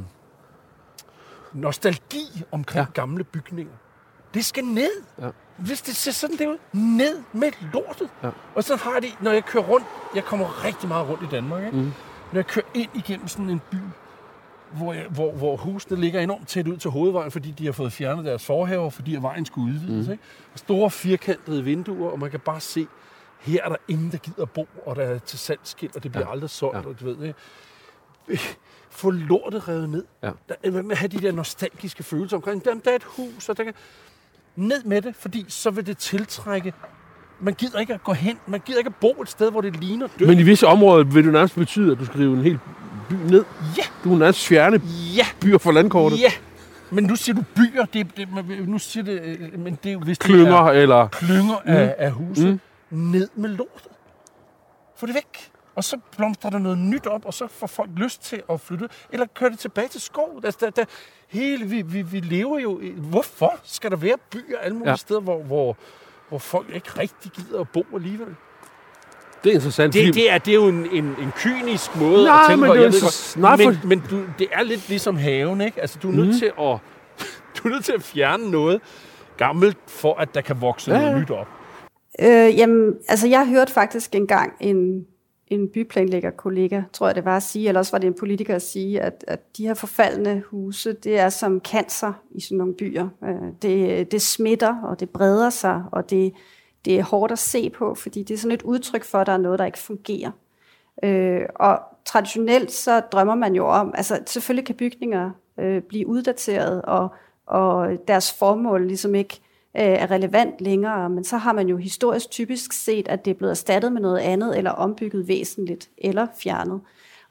nostalgi omkring ja. gamle bygninger. Det skal ned. Ja. Hvis det ser sådan der ud, ned med lortet. Ja. Og så har de, når jeg kører rundt, jeg kommer rigtig meget rundt i Danmark, ikke? Mm. Når jeg kører ind igennem sådan en by, hvor, jeg, hvor, hvor husene ligger enormt tæt ud til hovedvejen, fordi de har fået fjernet deres forhaver, fordi vejen skulle udvides. Mm. Ikke? Store firkantede vinduer, og man kan bare se, her er der ingen, der gider bo, og der er til salgsskilt, og det bliver ja. aldrig solgt, ja. og du ved det. Få lortet revet ned. Ja. Der, med at have de der nostalgiske følelser omkring, der, der er et hus, og der kan... Ned med det, fordi så vil det tiltrække... Man gider ikke at gå hen. Man gider ikke at bo et sted, hvor det ligner død. Men i visse områder vil det nærmest betyde, at du skal rive en hel by ned. Ja. Du er nærmest fjerne ja. byer fra landkortet. Ja. Men nu siger du byer. Det, det, nu siger det... Men det er jo, hvis klynger det er, eller... Klynger mm. af, af huse. Mm. Ned med lortet. Få det væk. Og så blomstrer der noget nyt op, og så får folk lyst til at flytte. Eller køre det tilbage til skov. Altså, der, der, hele, vi, vi, vi lever jo... I, hvorfor skal der være byer alle mulige ja. steder, hvor, hvor, hvor folk ikke rigtig gider at bo alligevel? Det er interessant. Det, det, er, det er jo en, en, en kynisk måde nej, at tænke på. Jeg ved godt, nej, men for... men du, det er lidt ligesom haven, ikke? Altså, du er nødt mm. til at du er nødt til at fjerne noget gammelt, for at der kan vokse ja. noget nyt op. Øh, jamen, altså jeg hørte faktisk engang en... en byplanlæggerkollega, tror jeg det var at sige, eller også var det en politiker at sige, at, at de her forfaldne huse, det er som cancer i sådan nogle byer. Det, det smitter, og det breder sig, og det, det er hårdt at se på, fordi det er sådan et udtryk for, at der er noget, der ikke fungerer. Øh, og traditionelt så drømmer man jo om, altså selvfølgelig kan bygninger øh, blive uddateret, og, og deres formål ligesom ikke er relevant længere, men så har man jo historisk typisk set, at det er blevet erstattet med noget andet, eller ombygget væsentligt, eller fjernet.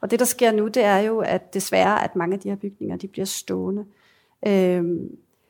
Og det, der sker nu, det er jo, at desværre, at mange af de her bygninger, de bliver stående. Øhm,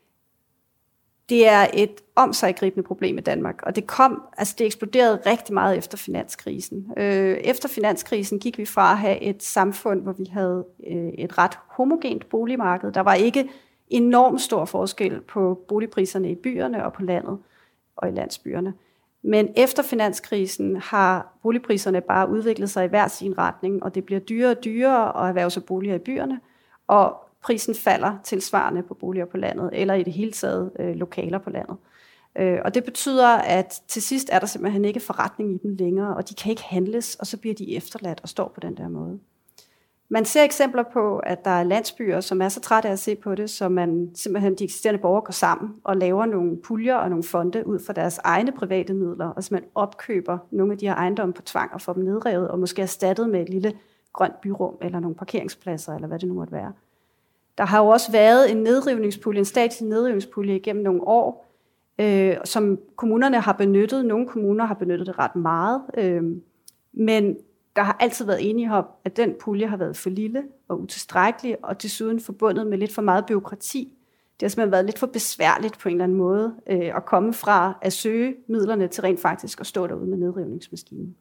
det er et omsiggribende problem i Danmark, og det kom, altså det eksploderede rigtig meget efter finanskrisen. Øh, efter finanskrisen gik vi fra at have et samfund, hvor vi havde øh, et ret homogent boligmarked. Der var ikke enormt stor forskel på boligpriserne i byerne og på landet og i landsbyerne. Men efter finanskrisen har boligpriserne bare udviklet sig i hver sin retning, og det bliver dyrere og dyrere at erhverve sig boliger i byerne, og prisen falder tilsvarende på boliger på landet, eller i det hele taget øh, lokaler på landet. Øh, og det betyder, at til sidst er der simpelthen ikke forretning i dem længere, og de kan ikke handles, og så bliver de efterladt og står på den der måde. Man ser eksempler på, at der er landsbyer, som er så trætte af at se på det, så man simpelthen de eksisterende borgere går sammen og laver nogle puljer og nogle fonde ud fra deres egne private midler, og så man opkøber nogle af de her ejendomme på tvang og får dem nedrevet, og måske erstattet med et lille grønt byrum eller nogle parkeringspladser, eller hvad det nu måtte være. Der har jo også været en nedrivningspulje, en statslig nedrivningspulje igennem nogle år, øh, som kommunerne har benyttet. Nogle kommuner har benyttet det ret meget, øh, men der har altid været enige om, at den pulje har været for lille og utilstrækkelig, og desuden forbundet med lidt for meget byråkrati. Det har simpelthen været lidt for besværligt på en eller anden måde øh, at komme fra at søge midlerne til rent faktisk at stå derude med nedrivningsmaskinen.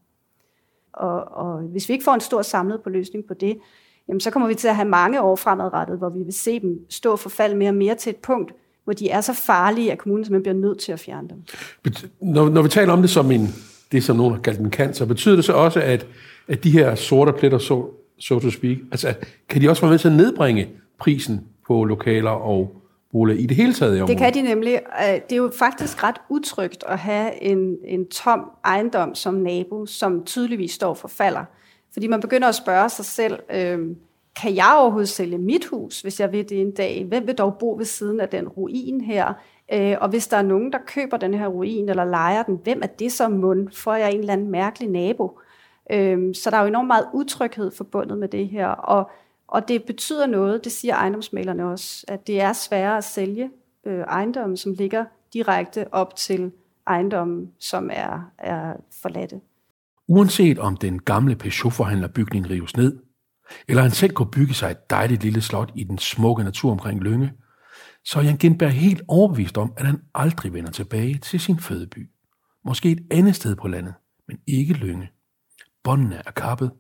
Og, og hvis vi ikke får en stor samlet på løsning på det, jamen så kommer vi til at have mange år fremadrettet, hvor vi vil se dem stå og forfalde mere og mere til et punkt, hvor de er så farlige, at kommunen simpelthen bliver nødt til at fjerne dem. Når, når vi taler om det som en, det, som nogen har kaldt en cancer, betyder det så også, at, at de her sorte pletter, so, so to speak, altså kan de også være med til at nedbringe prisen på lokaler og boliger i det hele taget i området? Det kan de nemlig. Det er jo faktisk ret utrygt at have en, en tom ejendom som nabo, som tydeligvis står for falder. Fordi man begynder at spørge sig selv, øh, kan jeg overhovedet sælge mit hus, hvis jeg vil det en dag? Hvem vil dog bo ved siden af den ruin her? Øh, og hvis der er nogen, der køber den her ruin eller lejer den, hvem er det så mund? Får jeg en eller anden mærkelig nabo? Øh, så der er jo enormt meget utryghed forbundet med det her. Og, og det betyder noget, det siger ejendomsmæglerne også, at det er sværere at sælge øh, ejendomme, som ligger direkte op til ejendomme, som er, er forladte. Uanset om den gamle Peugeot-forhandlerbygning rives ned, eller han selv kunne bygge sig et dejligt lille slot i den smukke natur omkring Lynge, så er Jan Gintberg helt overbevist om, at han aldrig vender tilbage til sin fødeby. Måske et andet sted på landet, men ikke Lynge. Båndene er kappet,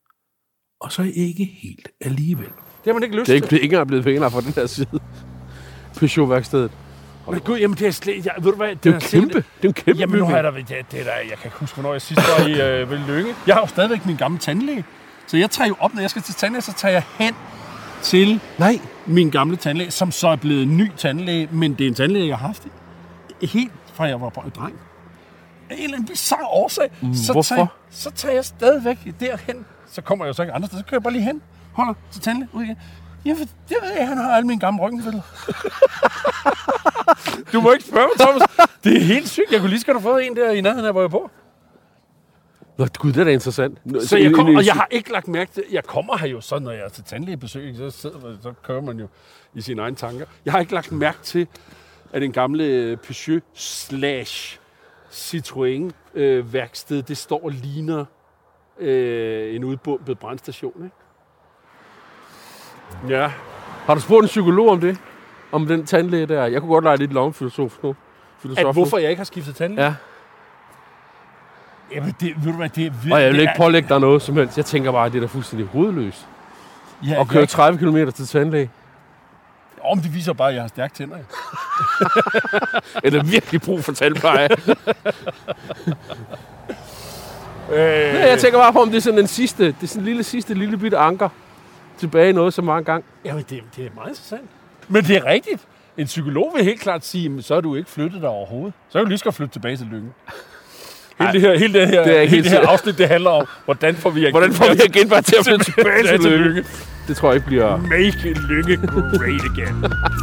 og så ikke helt alligevel. Det har man ikke lyst til. Det er til. ikke engang blevet pænere fra den her side. Peugeot-værkstedet. Men gud, jamen det er slet... Jeg, ved du hvad? Det er jo kæmpe. Det er jo kæmpe. Jamen nu har jeg da... Det, det der, jeg kan ikke huske, hvornår jeg sidst var i øh, ved Lynge. Jeg har jo stadigvæk min gamle tandlæge. Så jeg tager jo op, når jeg skal til tandlæge, så tager jeg hen til Nej. min gamle tandlæge, som så er blevet en ny tandlæge, men det er en tandlæge, jeg har haft helt fra jeg var bare dreng. Af en eller anden bizarre årsag. Mm, så hvorfor? Tager, så tager jeg stadigvæk derhen. Så kommer jeg jo så ikke andre steder. Så kører jeg bare lige hen. Holder til tandlæge ud igen. Jamen, det ved jeg, han har alle mine gamle røntgenbilleder. Du må ikke spørge mig, Thomas. Det er helt sygt. Jeg kunne lige skal have fået en der i nærheden af, hvor jeg bor. Nå, gud, det er da interessant. Så jeg kommer, og jeg har ikke lagt mærke til, jeg kommer her jo så, når jeg er til tandlægebesøg, så, sidder, så kører man jo i sine egne tanker. Jeg har ikke lagt mærke til, at den gamle Peugeot slash Citroën øh, værksted, det står og ligner øh, en udbumpet brandstation, ikke? Ja. Har du spurgt en psykolog om det? Om den tandlæge der? Jeg kunne godt lege lidt lommefilosof nu. At hvorfor jeg ikke har skiftet tandlæge? Ja. Jamen, det, ved du hvad, det er virkelig... Og jeg vil ikke pålægge dig noget som helst. Jeg tænker bare, at det er da fuldstændig hovedløst. Ja, at køre tredive kilometer til tandlæge. Om det viser bare, at jeg har stærke tænder. Eller virkelig brug for tandpleje. øh... ja, jeg tænker bare på, om det er sådan den sidste, det er sådan en lille sidste lille bitte anker tilbage i noget så mange gange. Jamen, det, det er meget interessant. Men det er rigtigt. En psykolog vil helt klart sige, så er du ikke flyttet der overhovedet. Så er du lige skal flytte tilbage til Lynge. Hele det her, hele det her, det hele det her afsnit, det handler om, hvordan får vi hvordan får vi igen bare til at flytte tilbage til, til Lynge. Det tror jeg ikke bliver... Make Lynge great again.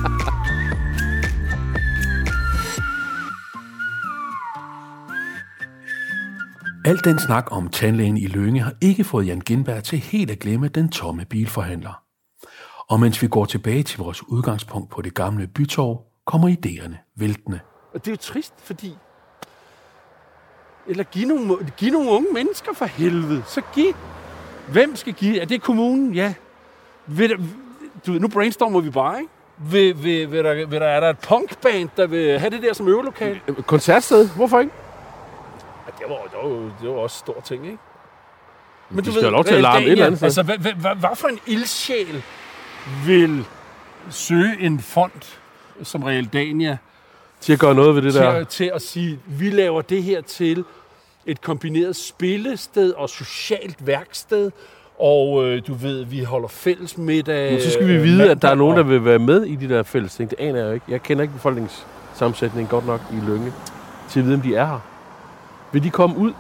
Al den snak om tandlægen i Lynge har ikke fået Jan Gintberg til helt at glemme den tomme bilforhandler. Og mens vi går tilbage til vores udgangspunkt på det gamle bytorv, kommer idéerne væltende. Og det er jo trist, fordi... Eller giv nogle, giv nogle unge mennesker for helvede. Så giv Hvem skal give? Er det kommunen? Ja. Vil, du, nu brainstormer vi bare, ikke? Vil, vil, vil, der, vil der, er der et punkband, der vil have det der som øvelokale? Koncertsted? Hvorfor ikke? Ja, det var, det var, det var også stor ting, ikke? Men du skal ved, have lov til at larme et eller andet sted. Altså, hvad, hvad, hvad, hvad for en ildsjæl vil søge en fond som Realdania til at gøre noget ved det til, der? Til at sige, vi laver det her til et kombineret spillested og socialt værksted, og øh, du ved, vi holder fælles middag. Men så skal vi vide, at der er nogen, der vil være med i de der fælles ting. Det aner jeg jo ikke. Jeg kender ikke befolkningssammensætningen godt nok i Lynge til at vide, om de er her. Vil de komme ud?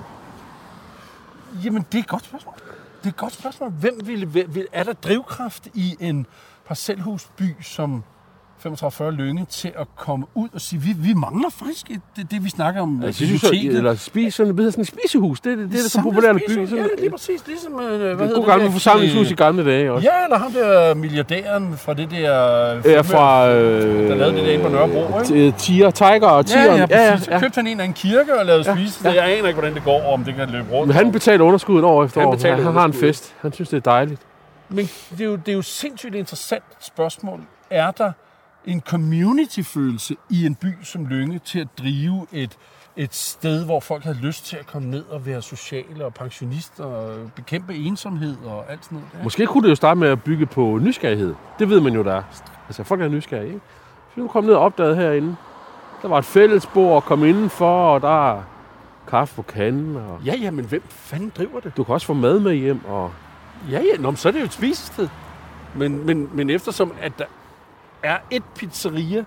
Jamen, det er et godt spørgsmål. Det er et godt spørgsmål. Hvem vil, vil, er der drivkraft i en parcelhusby som femogtredive fyrre Lynge til at komme ud og sige, vi, vi mangler faktisk det, det, vi snakker om. Ja, biblioteket. Eller spise, sådan, det sådan et spisehus. Det, det, det er det så populært i byen. Ja, lige præcis. Ligesom, hvad det hedder det gamle forsamlingshus i gamle dage også. Ja, eller ham der milliardæren fra det der... Ja, fra... Øh, der lavede det der inde på Nørrebro, ikke? Tiger, Tiger og Tigeren. Ja, ja, præcis. Ja, ja. Så købte han en af en kirke og lavede ja, spise. Ja. Jeg aner ikke, hvordan det går, om det kan løbe rundt. Men han betaler underskuddet år efter år. Han, han har en fest. Han synes, det er dejligt. Men det er jo, det er jo sindssygt interessant spørgsmål. Er der en community-følelse i en by som Lynge til at drive et, et sted, hvor folk har lyst til at komme ned og være sociale og pensionister og bekæmpe ensomhed og alt sådan noget der? Måske kunne det jo starte med at bygge på nysgerrighed. Det ved man jo, der er. Altså, folk er nysgerrige, ikke? Så nu kom ned og opdagede herinde. Der var et fællesbord, kom indenfor, og der er kaffe på kanden. Og... Ja, ja, men hvem fanden driver det? Du kan også få mad med hjem, og... Ja, ja, nå, så er det jo et spisested. Men, men, men eftersom, at der er et pizzeria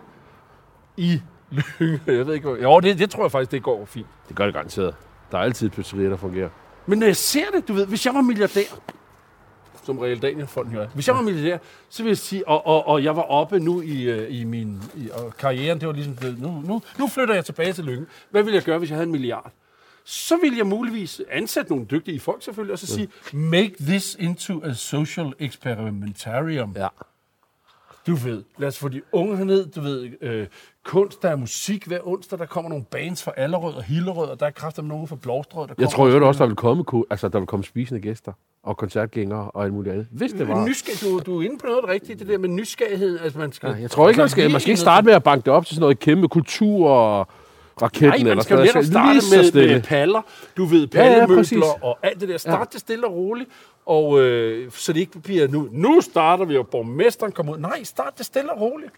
i Lynge. Jeg ved ikke, hvor... Jo, det, det tror jeg faktisk, det går fint. Det gør det garanteret. Der er altid et pizzeria, der fungerer. Men når jeg ser det, du ved, hvis jeg var milliardær, som Realdania-fonden jo er, hvis jeg var milliardær, så vil jeg sige, og, og, og jeg var oppe nu i, i min i, og karrieren, det var ligesom, nu, nu, nu flytter jeg tilbage til Lynge. Hvad ville jeg gøre, hvis jeg havde en milliard? Så ville jeg muligvis ansætte nogle dygtige folk selvfølgelig, og så sige, make this into a social experimentarium. Ja. Du ved, lad os få de unge herned, du ved, øh, kunst, der er musik hver onsdag, der kommer nogle bands fra Allerød og Hillerød, og der er kræfter med nogen fra Blåstrød, der Jeg tror jo også, der vil komme, altså, der vil komme spisende gæster og koncertgængere og alt muligt andet. Hvis det var... Nysgerrig, du, du er inde på noget rigtigt, det der med nysgerrighed. Altså, man skal, ja, jeg tror ikke, man skal, man skal ikke starte med at banke det op til sådan noget kæmpe kultur og raketten. Nej, man skal eller jo starte med, med paller, du ved, pallemøbler ja, ja, og alt det der. Start ja. det stille og roligt, og, øh, så det ikke bliver nu. Nu starter vi, og borgmesteren kommer ud. Nej, start det stille og roligt.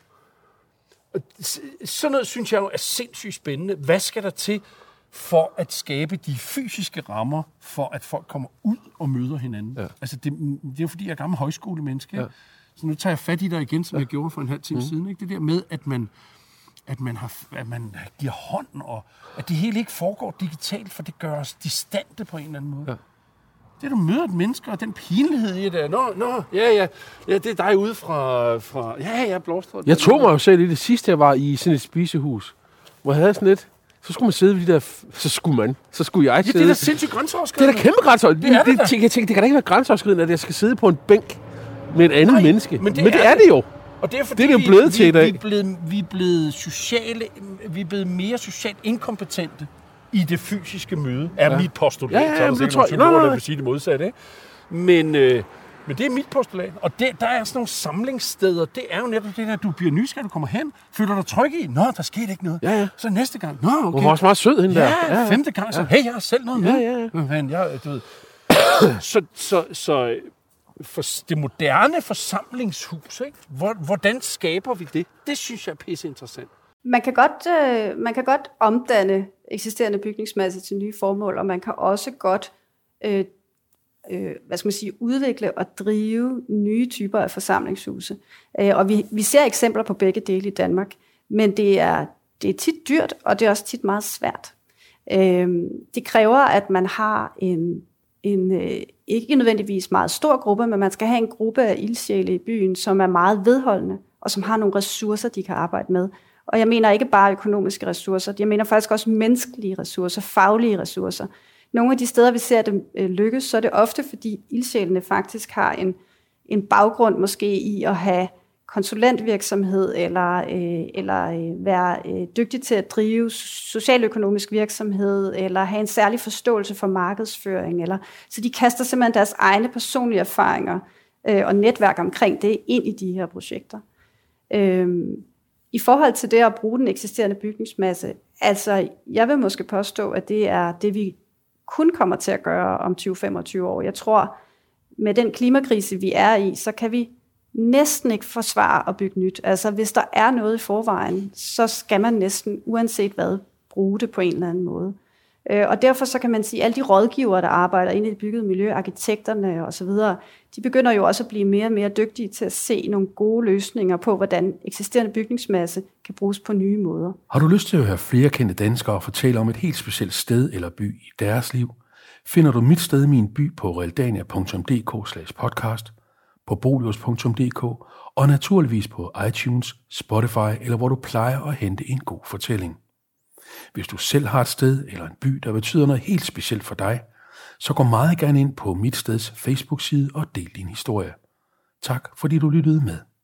Og sådan noget, synes jeg jo, er sindssygt spændende. Hvad skal der til for at skabe de fysiske rammer, for at folk kommer ud og møder hinanden? Ja. Altså, det, det er jo fordi, jeg er gammel højskolemenneske. Ja. Så nu tager jeg fat i dig igen, som ja. jeg gjorde for en halv time mm. siden. Ikke? Det der med, at man... At man, har, at man giver hånd, og at det hele ikke foregår digitalt, for det gør os distante på en eller anden måde. Ja. Det, du møder et menneske, og den pinlighed i det, nå, nå, ja, ja, ja, det er dig ude fra, fra ja, ja, Blåstrød. Jeg tog mig jo selv i det sidste, jeg var i sådan et spisehus, hvor jeg havde sådan lidt, så skulle man sidde ved de der, så skulle man, så skulle jeg sidde. Ja, det er da sindssygt grænseoverskridende. Det er da kæmpe grænseoverskridende. Det, det, det, jeg tænkte, det kan da ikke være grænseoverskridende, at jeg skal sidde på en bænk med et andet Nej, menneske. Men det, men det er, er det jo. Og det er fordi, det er det jo blevet vi, til i dag. Vi er blevet, vi er blevet sociale, vi er blevet mere socialt inkompetente i det fysiske møde. Er ja. mit postulat. Ja, ja, ja, så er der sikkert nogle der vil sige det modsatte. Ikke? Men, øh, men det er mit postulat. Og det, der er sådan nogle samlingssteder. Det er jo netop det der, du bliver nysgerrig, du kommer hen, føler dig tryg i. Nå, der skete ikke noget. Ja, ja. Så næste gang. Nå, okay. Hun var også meget sød hende der. Ja, ja, femte gang. Så, hey, jeg har selv noget med. Ja, ja, ja. Men, jeg, du ved. så, så, så for det moderne forsamlingshus, ikke? Hvordan skaber vi det? Det synes jeg er pisse interessant. Man kan godt, øh, man kan godt omdanne eksisterende bygningsmasse til nye formål, og man kan også godt øh, øh, hvad skal man sige, udvikle og drive nye typer af forsamlingshuse. Øh, og vi, vi ser eksempler på begge dele i Danmark, men det er, det er tit dyrt, og det er også tit meget svært. Øh, det kræver, at man har en en øh, ikke nødvendigvis meget stor gruppe, men man skal have en gruppe af ildsjæle i byen, som er meget vedholdende, og som har nogle ressourcer, de kan arbejde med. Og jeg mener ikke bare økonomiske ressourcer, jeg mener faktisk også menneskelige ressourcer, faglige ressourcer. Nogle af de steder, vi ser dem øh, lykkes, så er det ofte, fordi ildsjælene faktisk har en, en baggrund måske i at have konsulentvirksomhed, eller, øh, eller øh, være øh, dygtig til at drive socialøkonomisk virksomhed, eller have en særlig forståelse for markedsføring. Eller, så de kaster simpelthen deres egne personlige erfaringer øh, og netværk omkring det ind i de her projekter. Øh, I forhold til det at bruge den eksisterende bygningsmasse, altså jeg vil måske påstå, at det er det, vi kun kommer til at gøre om tyve til femogtyve år. Jeg tror, med den klimakrise, vi er i, så kan vi næsten ikke forsvare at bygge nyt. Altså, hvis der er noget i forvejen, så skal man næsten, uanset hvad, bruge det på en eller anden måde. Og derfor så kan man sige, at alle de rådgivere, der arbejder inde i det byggede miljø, arkitekterne osv., de begynder jo også at blive mere og mere dygtige til at se nogle gode løsninger på, hvordan eksisterende bygningsmasse kan bruges på nye måder. Har du lyst til at høre flere kendte danskere fortælle om et helt specielt sted eller by i deres liv, finder du Mit Sted, Min By på realdania punktum d k slash podcast, på Bolius punktum d k og naturligvis på iTunes, Spotify eller hvor du plejer at hente en god fortælling. Hvis du selv har et sted eller en by, der betyder noget helt specielt for dig, så gå meget gerne ind på Mit Steds Facebook-side og del din historie. Tak fordi du lyttede med.